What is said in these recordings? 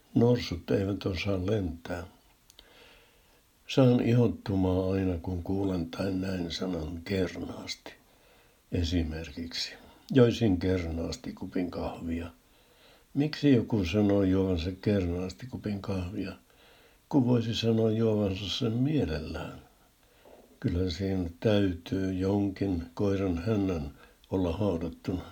Norsut eivät osaa lentää. Saan ihottumaa aina, kun kuulen tai näin sanan kernaasti. Esimerkiksi, joisin kernaasti kupin kahvia. Miksi joku sanoo juovansa kernaasti kupin kahvia, kun voisi sanoa juovansa sen mielellään? Kyllä siinä täytyy jonkin koiran hännän olla haudattuna.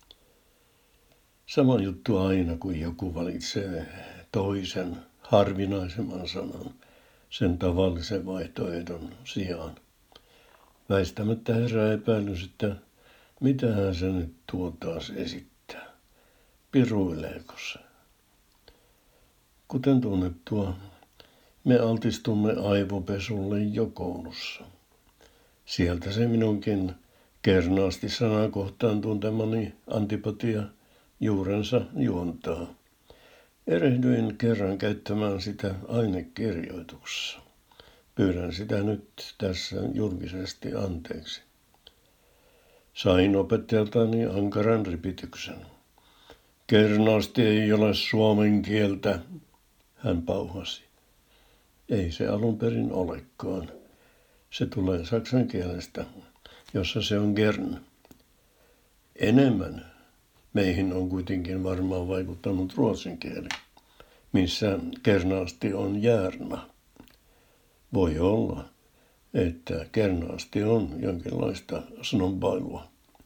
Sama juttu aina, kun joku valitsee toisen harvinaisemman sanan sen tavallisen vaihtoehdon sijaan. Väistämättä herää epäilys, että mitähän se nyt tuo taas esittää. Piruileeko se? Kuten tunnettua, me altistumme aivopesulle jo koulussa. Sieltä se minunkin kernaasti sanaa kohtaan tuntemani antipatia juurensa juontaa. Erehdyin kerran käyttämään sitä ainekirjoituksessa. Pyydän sitä nyt tässä julkisesti anteeksi. Sain opettajaltani ankaran ripityksen. Kernaasti ei ole suomen kieltä, hän pauhasi. Ei se alun perin olekaan. Se tulee saksan kielestä, jossa se on gern. Enemmän meihin on kuitenkin varmaan vaikuttanut ruotsin kieli, missä kernaasti on järna. Voi olla, että kernaasti on jonkinlaista snobbailua.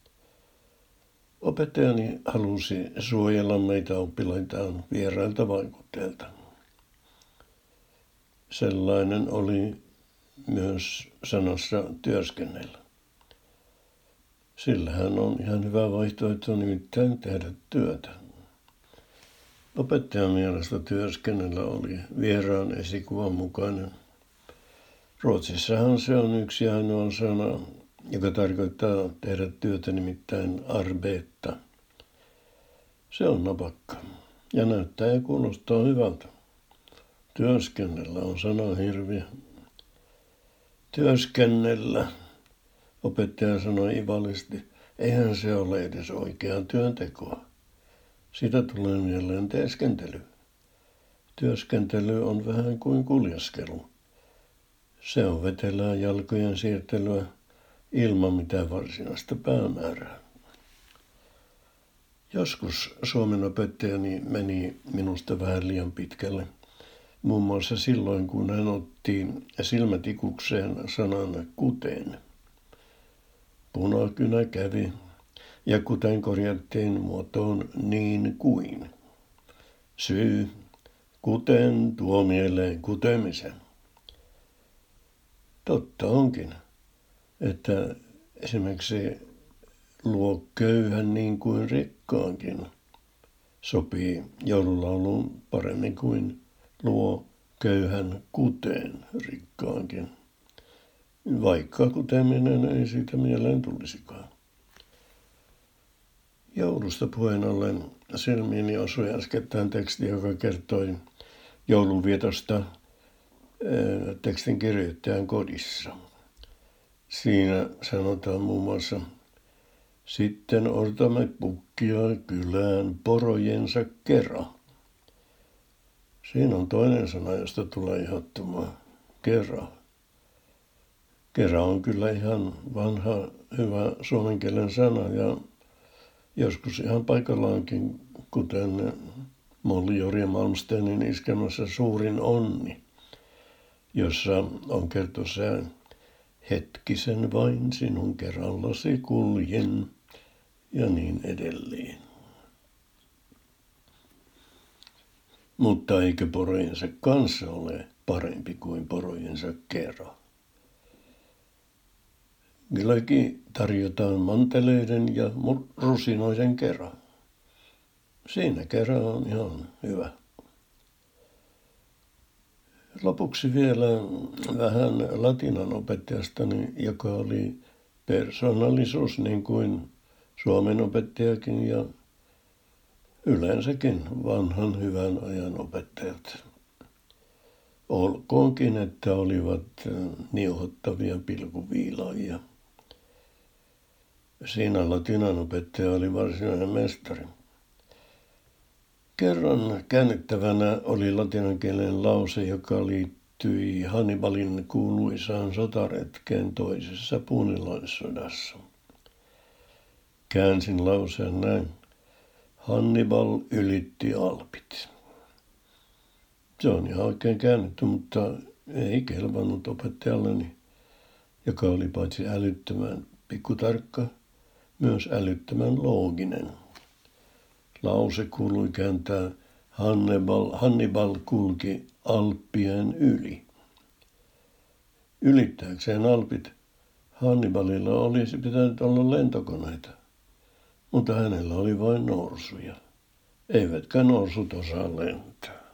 Opettajani halusi suojella meitä oppilaitaan vierailta vaikutteilta. Sellainen oli myös sanassa työskennellä. Sillähän on ihan hyvä vaihtoehto nimittäin tehdä työtä. Opettajan mielestä työskennellä oli vieraan esikuvan mukainen. Ruotsissahan se on yksi ainoa sana, joka tarkoittaa tehdä työtä, nimittäin arbeta. Se on napakka ja näyttää ja kuulostaa hyvältä. Työskennellä on sana hirviö. Työskennellä, opettaja sanoi ivallisesti, eihän se ole edes oikeaa työntekoa. Siitä tulee mieleen teeskentely. Työskentely on vähän kuin kuljeskelu. Se on vetelää jalkojen siirtelyä ilman mitään varsinaista päämäärää. Joskus suomen opettajani meni minusta vähän liian pitkälle. Muun muassa silloin, kun hän otti silmätikukseen sanan kuten. Punakynä kävi ja kuten korjattiin muotoon niin kuin. Syy, kuten tuo mieleen kutemisen. Totta onkin, että esimerkiksi luo köyhän niin kuin rikkaankin sopii joululauluun paremmin kuin luo köyhän kuteen rikkaankin, vaikka kuteminen ei siitä mieleen tulisikaan. Joulusta puheen ollen silmiini osui äskettäin teksti, joka kertoi joulunvietosta tekstin kirjoittajan kodissa. Siinä sanotaan muun muassa, sitten odotamme pukkia kylään porojensa kera. Siinä on toinen sana, josta tulee ihottumaan. Kera. Kera on kyllä ihan vanha, hyvä suomen kielen sana ja joskus ihan paikallaankin, kuten Molly Jorja Malmstenin iskelmässä Suurin onni, jossa on kerto se hetkisen vain sinun kerallasi kuljen ja niin edelleen. Mutta eikö porojensa kanssa ole parempi kuin porojensa kera? Kylläkin tarjotaan manteleiden ja rusinoiden kera. Siinä kera on ihan hyvä. Lopuksi vielä vähän latinan opettajastani, joka oli persoonallisuus niin kuin suomen opettajakin ja yleensäkin vanhan hyvän ajan opettajat. Olkoonkin, että olivat niuhottavia pilkuviilaajia. Siinä latinan opettaja oli varsinainen mestari. Kerran käännettävänä oli latinankielinen lause, joka liittyi Hannibalin kuuluisaan sotaretkeen toisessa Puuniloissodassa. Käänsin lauseen näin. Hannibal ylitti Alpit. Se on ihan oikein käännetty, mutta ei kelvannut opettajalleni, joka oli paitsi älyttömän pikkutarkka, myös älyttömän looginen. Lause kuului kääntää Hannibal kulki Alppien yli. Ylittääkseen Alpit Hannibalilla olisi pitänyt olla lentokoneita, mutta hänellä oli vain norsuja. Eivätkä norsut osaa lentää.